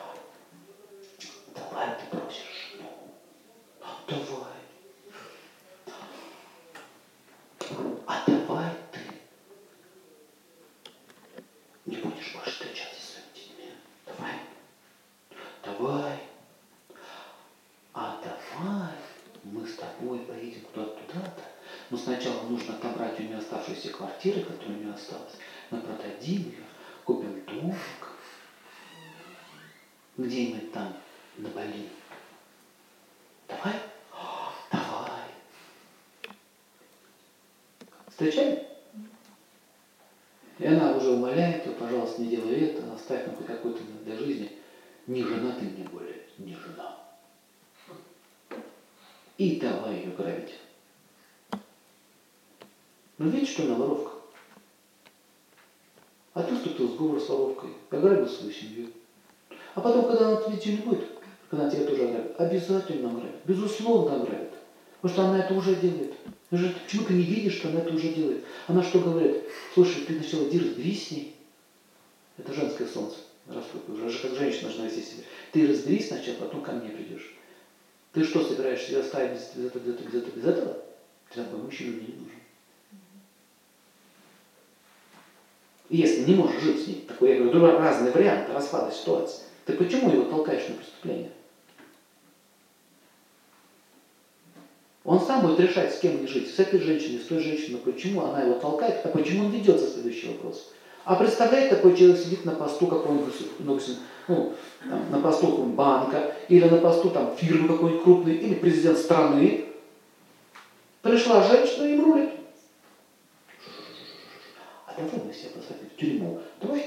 давай ты бросишь жену. Давай. А давай ты не будешь больше встречаться со своими детьми. Давай. Давай. А давай мы с тобой поедем куда-то туда-то. Но сначала нужно отобрать у нее оставшиеся квартиры, которые у нее осталось. Мы продадим ее, купим домик где-нибудь там на Бали. Давай? Давай. Встречали? И она уже умоляет его, пожалуйста, не делай это, оставь нам хоть какой-то для жизни. Не жена ты мне более, не жена. И давай ее грабить. Ну видишь, что она воровка? А ты вступил в сговор с воровкой, ограбил свою семью. А потом, когда она тебе ничего не будет, когда она тебя тоже ограбит, обязательно ограбит, безусловно ограбит. Потому что она это уже делает. Почему ты не видишь, что она это уже делает? Она что говорит? Слушай, ты сначала иди разберись с ней. Это женское солнце. Уже как женщина должна вести себя. Ты разберись сначала, потом ко мне придешь. Ты что, собираешься себя оставить без этого? Ты такой мужчина мне не нужен. Если не можешь жить с ней, такой, я говорю, разные варианты распада ситуации. Ты почему его толкаешь на преступление? Он сам будет решать, с кем мне жить, с этой женщиной, с той женщиной, почему она его толкает, а почему он ведется, следующий вопрос. А представляет, такой человек сидит на посту какого-нибудь, на посту банка, или на посту там, фирмы какой-нибудь крупной, или президент страны. Пришла женщина и им рулит. А давай мы себя посадим в тюрьму. Давай.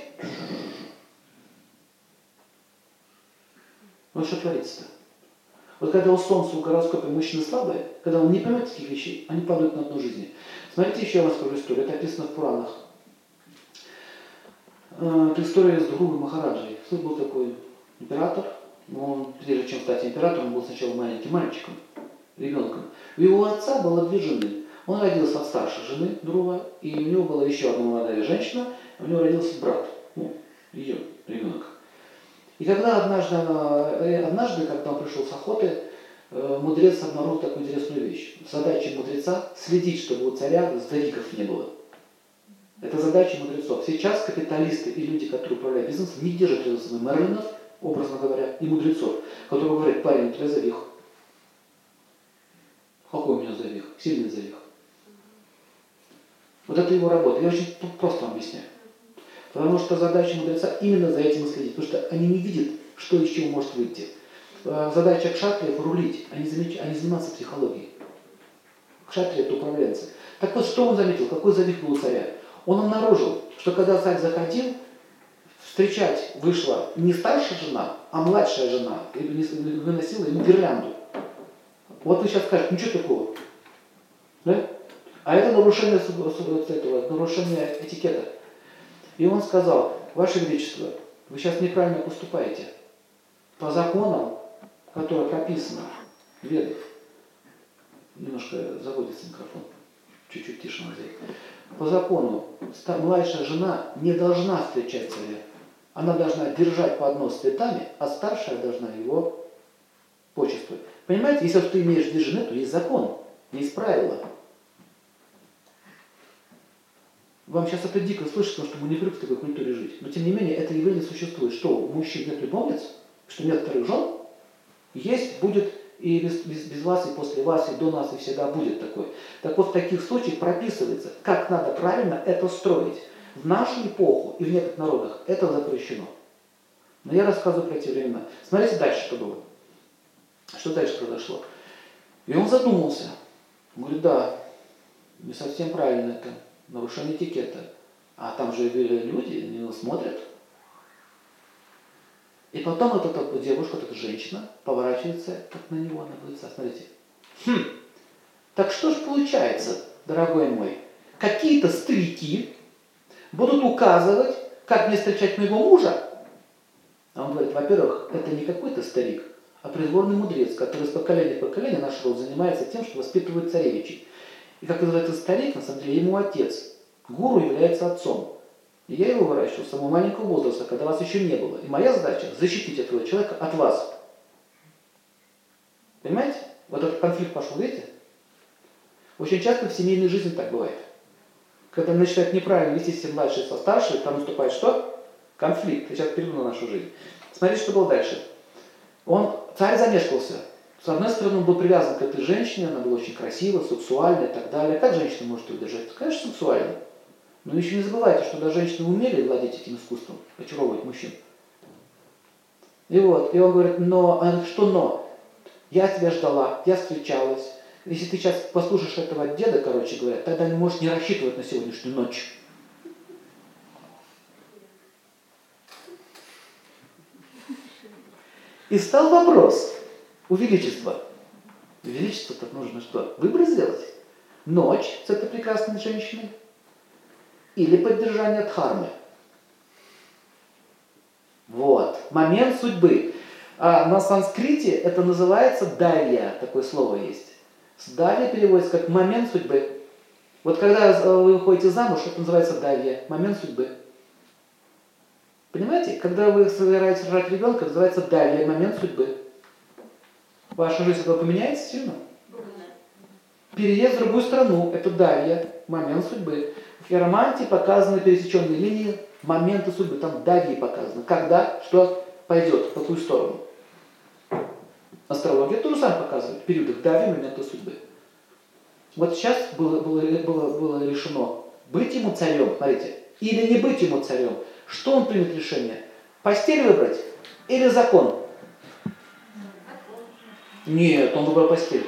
Вот что творится-то? Вот когда у Солнца, у гороскопа мужчины слабые, когда он не понимает таких вещей, они падают на дно жизни. Смотрите, еще я вам расскажу историю. Это описано в Пуранах. Это история с Дхрувой Махараджей. Тут был такой император. Он, прежде чем стать императором, он был сначала маленьким мальчиком, ребенком. У его отца было 2 жены. Он родился от старшей жены Друва, и у него была еще одна молодая женщина, у него родился брат, ее ребенок. И когда однажды, когда он пришел с охоты, мудрец обнаружил такую интересную вещь. Задача мудреца следить, чтобы у царя сдвигов не было. Это задача мудрецов. Сейчас капиталисты и люди, которые управляют бизнесом, не держат рядом с собой Мерлинов, образно говоря, и мудрецов, которые говорят, парень, у тебя завих. Какой у меня завих? Сильный завих. Вот это его работа. Я очень просто вам объясняю. Потому что задача мудреца именно за этим следить. Потому что они не видят, что из чего может выйти. Задача кшатриев рулить, а не заниматься психологией. Кшатрии это управленцы. Так вот, что он заметил? Какой завих был у царя? Он обнаружил, что когда царь заходил, встречать вышла не старшая жена, а младшая жена. И выносила ему гирлянду. Вот вы сейчас скажете, ну что такого? Да? А это нарушение этикета. И он сказал, Ваше Величество, вы сейчас неправильно поступаете. По законам, которые прописаны в Ведах, немножко заводится микрофон, чуть-чуть тише надо сделать. По закону, младшая жена не должна встречать царя. Она должна держать поднос с цветами, а старшая должна его почествовать. Понимаете, если ты имеешь 2 жены, то есть закон, есть правила. Вам сейчас это дико слышится, потому что мы не привыкли в такой культуре жить. Но тем не менее, это явление существует. Что, у мужчин нет любовниц? что нет вторых жен, есть, будет и без вас, и после вас, и до нас, и всегда будет такой. Так вот, в таких случаях прописывается, как надо правильно это строить. В нашу эпоху и в некоторых народах это запрещено. Но я рассказываю про эти времена. Смотрите дальше, что было. Что дальше произошло? И он задумался. Он говорит, да, не совсем правильно это, нарушение этикета. А там же люди на него смотрят. И потом вот эта девушка, вот эта женщина поворачивается как на него, она говорит, смотрите. Так что ж получается, дорогой мой, какие-то старики будут указывать, как мне встречать моего мужа? А он говорит, во-первых, это не какой-то старик, а придворный мудрец, который с поколения в поколение наш род занимается тем, что воспитывает царевичей. И как называется старик, на самом деле ему отец. Гуру является отцом. И я его выращивал с самого маленького возраста, когда вас еще не было. И моя задача защитить этого человека от вас. Понимаете? Вот этот конфликт пошел, видите? Очень часто в семейной жизни так бывает. Когда начинают неправильно вести себя младшие со старшими, там наступает что? Конфликт. Я сейчас перейду на нашу жизнь. Смотрите, что было дальше. Царь замешкался. С одной стороны, он был привязан к этой женщине, она была очень красивая, сексуальная и так далее. Как женщина может удержать? Конечно, сексуально. Но еще не забывайте, что даже женщины умели владеть этим искусством, очаровывать мужчин. И он говорит, что но? Я тебя ждала, я встречалась. Если ты сейчас послушаешь этого деда, короче говоря, тогда не можешь не рассчитывать на сегодняшнюю ночь. И стал вопрос у Величества. Величество-то нужно что? Выбор сделать. Ночь с этой прекрасной женщиной или поддержание дхармы. Вот. Момент судьбы. А на санскрите это называется дайя. Такое слово есть. Дайя переводится как момент судьбы. Вот когда вы выходите замуж, это называется дайя. Момент судьбы. Понимаете? Когда вы собираетесь рожать ребенка, это называется дайя. Момент судьбы. Ваша жизнь этого поменяется сильно? Переезд в другую страну – это дайя. Момент судьбы. В хиромантии показаны пересеченные линии, моменты судьбы, там дайи показано. Когда, что пойдет, в какую сторону. Астрология тоже сам показывает. В периодах дайи, моменты судьбы. Вот сейчас было решено быть ему царем, смотрите, или не быть ему царем. Что он примет решение? Постель выбрать или закон? Нет, он выбрал постель.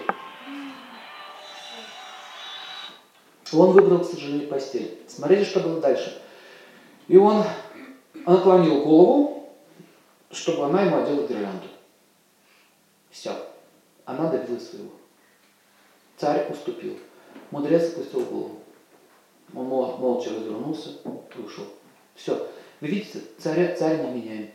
Он выбрал, к сожалению, постель. Смотрите, что было дальше. И он наклонил голову, чтобы она ему одела гирлянду. Все. Она добилась своего. Царь уступил. Мудрец опустил голову. Он молча развернулся и ушел. Все. Вы видите, царь не меняем.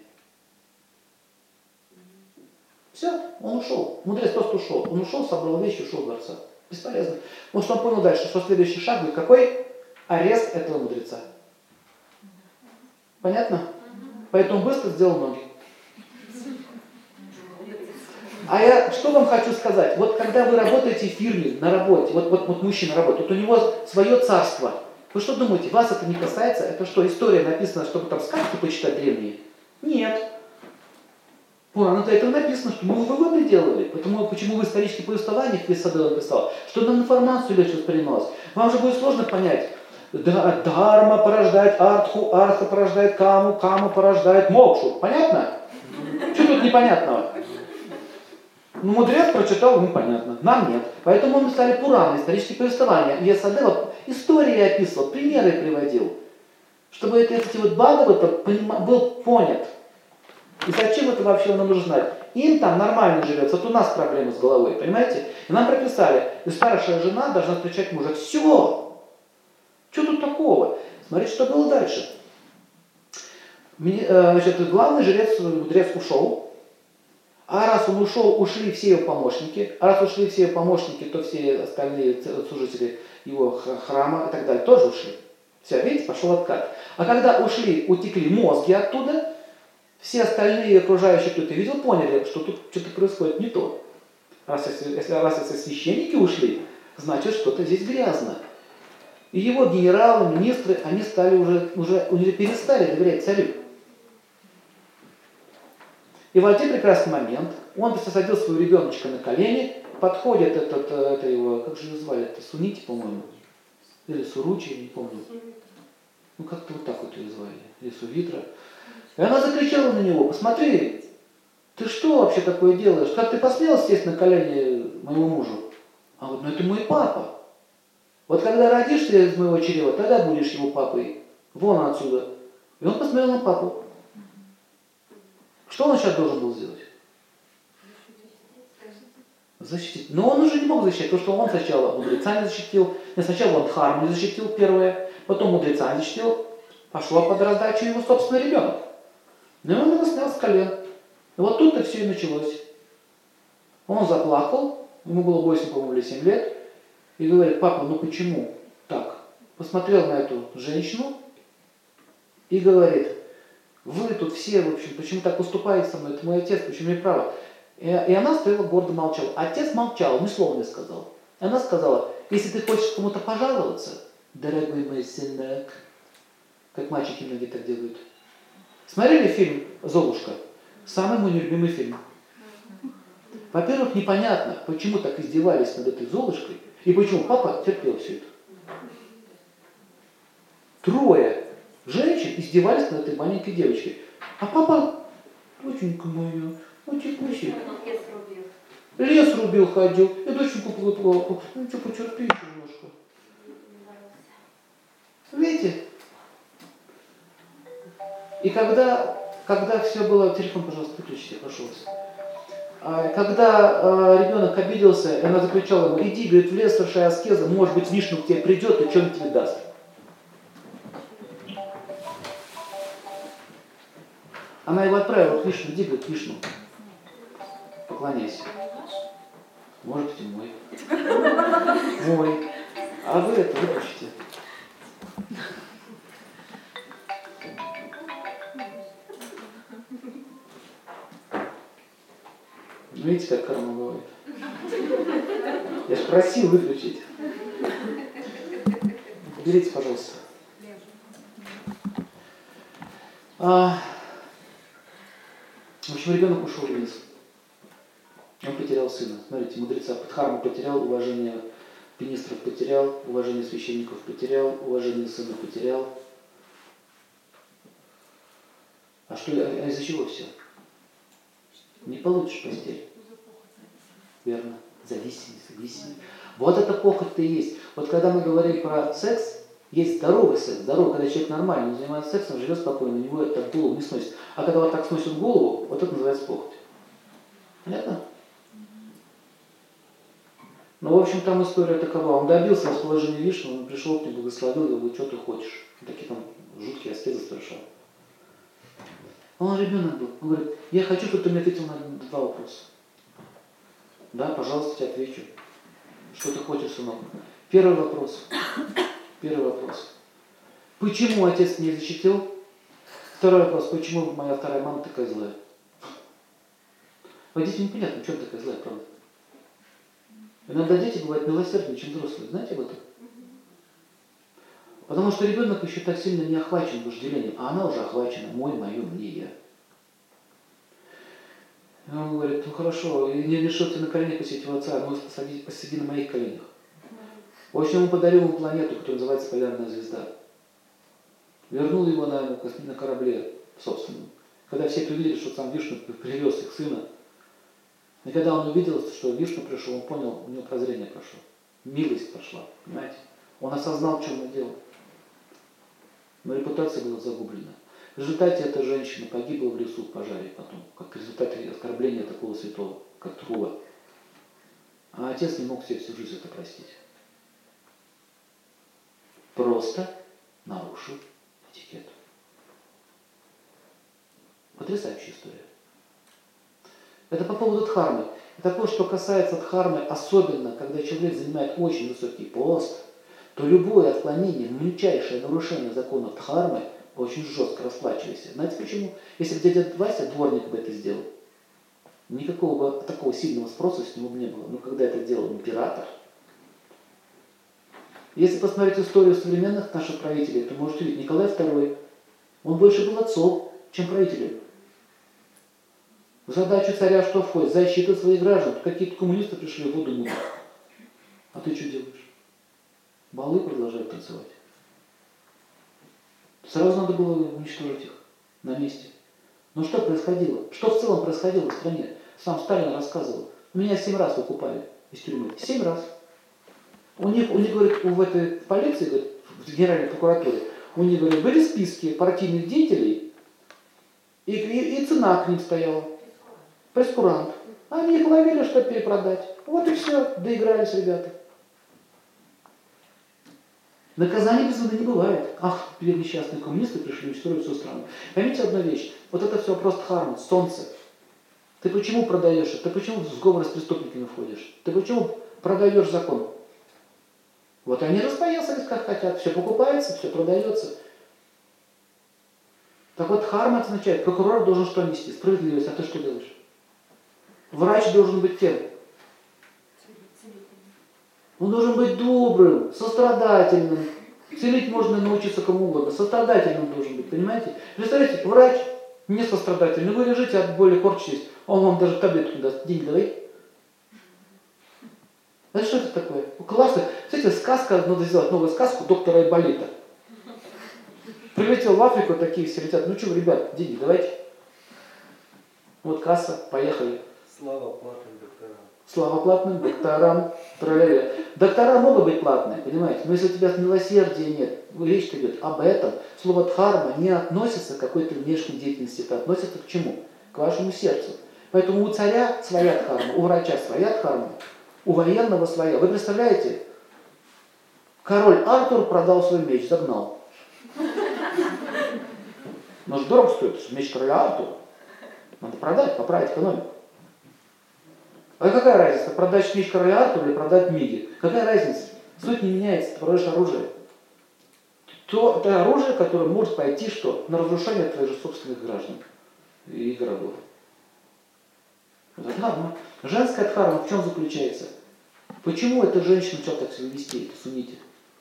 Все, он ушел. Мудрец просто ушел. Он ушел, собрал вещи, ушел с дворца. Бесполезно. Потому что он понял дальше, что следующий шаг будет какой? Арест этого мудреца. Понятно? Поэтому быстро сделал ноги. А я что вам хочу сказать? Вот когда вы работаете в фирме, на работе, вот мужчина работает, вот у него свое царство. Вы что думаете, вас это не касается? Это что, история написана, чтобы там сказки почитать древние? Нет. На этом написано, что мы выводы делали. Почему в исторических повествованиях Висадел написал, что нам информацию легче воспринималась. Вам же будет сложно понять. Дхарма порождает артху, артха порождает каму, каму порождает мокшу. Понятно? Что тут непонятного? Мудрец прочитал, ему понятно. Нам нет. Поэтому мы написали Пураны, исторические повествования. Висадел истории описывал, примеры приводил. Чтобы эти Бхагавата был понят. И зачем это вообще нам нужно знать? Им там нормально живется, вот у нас проблемы с головой, понимаете? И нам прописали, и старшая жена должна встречать мужа. Все! Что тут такого? Смотрите, что было дальше. Главный жрец, мудрец ушел. А раз он ушел, ушли все его помощники. А раз ушли все его помощники, то все остальные служители его храма и так далее тоже ушли. Все, видите, пошел откат. А когда ушли, утекли мозги оттуда, все остальные окружающие, кто это видел, поняли, что тут что-то происходит не то. Если священники ушли, значит, что-то здесь грязно. И его генералы, министры, они стали уже перестали доверять царю. И в один прекрасный момент он посадил своего ребеночка на колени, подходит это его, как же ее звали, это Сунити, по-моему, или Суручи, не помню. Ну как-то вот так вот ее звали, или Сувитра. И она закричала на него: посмотри, ты что вообще такое делаешь? Как ты посмел сесть на колени моему мужу? А вот, ну это мой папа. Вот когда родишься из моего чрева, тогда будешь его папой. Вон отсюда. И он посмотрел на папу. Что он сейчас должен был сделать? Защитить. Но он уже не мог защитить, потому что он сначала мудрецами защитил, сначала он Дхарму защитил первое, потом мудрецами защитил, пошла под раздачу его собственный ребенок. И он его снял с колен. И вот тут-то все и началось. Он заплакал, ему было 8, по-моему, или 7 лет, и говорит: папа, ну почему так? Посмотрел на эту женщину и говорит: вы тут все, в общем, почему так поступаете со мной, это мой отец, почему не право? И она стояла, гордо молчала. Отец молчал, ни слова не сказал. И она сказала: если ты хочешь кому-то пожаловаться, дорогой мой сынок, как мальчики многие так делают. Смотрели фильм «Золушка»? Самый мой любимый фильм. Во-первых, непонятно, почему так издевались над этой Золушкой, и почему папа терпел все это. 3 женщин издевались над этой маленькой девочкой. А папа: доченька моя, утекущий. Лес рубил, ходил, и доченьку плакал. Ну что, потерпи еще немножко. Видите? И когда все было... Телефон, пожалуйста, выключите, прошу вас. Когда ребенок обиделся, и она закричала ему: иди, говорит, в лес, совершай аскезу, может быть, Вишну к тебе придет и что-нибудь тебе даст. Она его отправила к Вишну: иди, говорит, Вишну, поклоняйся. Может быть, и мой. Мой. А вы это выключите. Видите, как карма бывает? Я же просил выключить. Уберите, пожалуйста. В общем, ребенок ушел вниз. Он потерял сына. Смотрите, мудреца Дхарму потерял, уважение министров потерял, уважение священников потерял, уважение сына потерял. А что, из-за чего все? Не получишь постель. Верно. Зависимость. Вот это похоть-то и есть. Вот когда мы говорим про секс, есть здоровый секс. Здоровый, когда человек нормально, он занимается сексом, живет спокойно, у него это голову не сносит. А когда вот так сносит голову, вот это называется похоть. Понятно? Ну, в общем, там история такова. Он добился расположения Вишну, он пришел к нему, благословил его: говорит, что ты хочешь? Такие там жуткие аскезы совершал. Он ребенок был. Он говорит: я хочу, чтобы ты мне ответил на 2 вопроса. Да, пожалуйста, тебе отвечу. Что ты хочешь, сынок? Первый вопрос. Почему отец меня защитил? Второй вопрос. Почему моя вторая мама такая злая? Вот детям непонятно, в чем такая злая, правда? Иногда дети бывают милосерднее, чем взрослые. Знаете об этом? Потому что ребенок еще так сильно не охвачен вожделением, а она уже охвачена: мой, мое, мне, я. И он говорит: ну хорошо, и не решил ты на коленях посетить его отца, но посади на моих коленях. В общем, он подарил ему планету, которая называется Полярная звезда. Вернул его на корабле собственном. Когда все увидели, что сам Вишну привез их сына, и когда он увидел, что Вишну пришел, он понял, у него прозрение прошло. Милость прошла, понимаете? Он осознал, в чем он делал. Но репутация была загублена. В результате эта женщина погибла в лесу в пожаре потом, как результат оскорбления такого святого, как Трува. А отец не мог себе всю жизнь это простить. Просто нарушил этикет. Потрясающая история. Это по поводу дхармы. Это то, что касается дхармы, особенно когда человек занимает очень высокий пост, то любое отклонение, мельчайшее нарушение законов дхармы очень жестко расплачивается. Знаете почему? Если бы дядя Вася, дворник, бы это сделал, никакого бы такого сильного спроса с него бы не было. Но когда это делал император, если посмотреть историю современных наших правителей, то можете видеть, Николай II, он больше был отцом, чем правителем. В задачу царя что входит? Защита своих граждан. Какие-то коммунисты пришли в воду мутить. А ты что делаешь? Балы продолжают танцевать. Сразу надо было уничтожить их на месте. Но что происходило? Что в целом происходило в стране? Сам Сталин рассказывал. Меня 7 раз выкупали из тюрьмы. 7 раз. У них говорит, в этой полиции, говорит, в Генеральной прокуратуре, у них, говорит, были списки партийных деятелей, и цена к ним стояла. Прескурант. Они их ловили, чтобы перепродать. Вот и все, доигрались ребята. Наказания без вины не бывает. Ах, теперь несчастные коммунисты пришли уничтожить всю страну. Поймите одну вещь. Вот это все просто дхарма, солнце. Ты почему продаешь? Ты почему в сговор с преступниками входишь? Ты почему продаешь закон? Вот они распоясались как хотят. Все покупается, все продается. Так вот, дхарма означает, прокурор должен что нести? Справедливость. А ты что делаешь? Врач должен быть кем? Он должен быть добрым, сострадательным. Целить можно научиться кому угодно. Сострадательным должен быть, понимаете? Представляете, врач не сострадательный. Вы лежите, от боли корчитесь, а он вам даже таблетку не даст. Деньги давай. Это что это такое? Классно. Кстати, сказка, надо сделать новую сказку доктора Айболита. Прилетел в Африку, такие все летят. Ну что вы, ребят, деньги давайте. Вот касса, поехали. Слава платным докторам. Слава платным докторам. Тра-ля-ля. Доктора могут быть платные, понимаете? Но если у тебя милосердия нет, речь идет об этом. Слово дхарма не относится к какой-то внешней деятельности, это относится к чему? К вашему сердцу. Поэтому у царя своя дхарма, у врача своя дхарма, у военного своя. Вы представляете? Король Артур продал свой меч, загнал. Но же дорого стоит, это же меч короля Артура. Надо продать, поправить экономику. А какая разница, продать меч короля Артура или продать миги? Какая разница? Суть не меняется, ты продаешь оружие. Это оружие, которое может пойти что? На разрушение твоих же собственных граждан и городов. Это дхарма. Женская дхарма в чем заключается? Почему эта женщина начала так себя вести, это суннити?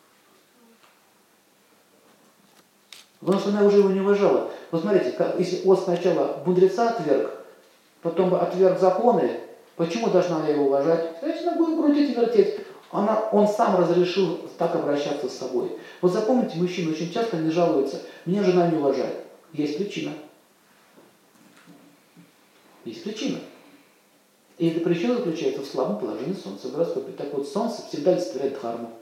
Потому что она уже его не уважала. Вот смотрите, если он сначала мудреца отверг, потом бы отверг законы, почему должна я его уважать? Значит, она будет крутить и вертеть. Он сам разрешил так обращаться с собой. Вот запомните, мужчины очень часто не жалуются, меня жена не уважает. Есть причина. Есть причина. И эта причина заключается в слабом положении Солнца в гороскопе. Так вот, Солнце всегда олицетворяет дхарму.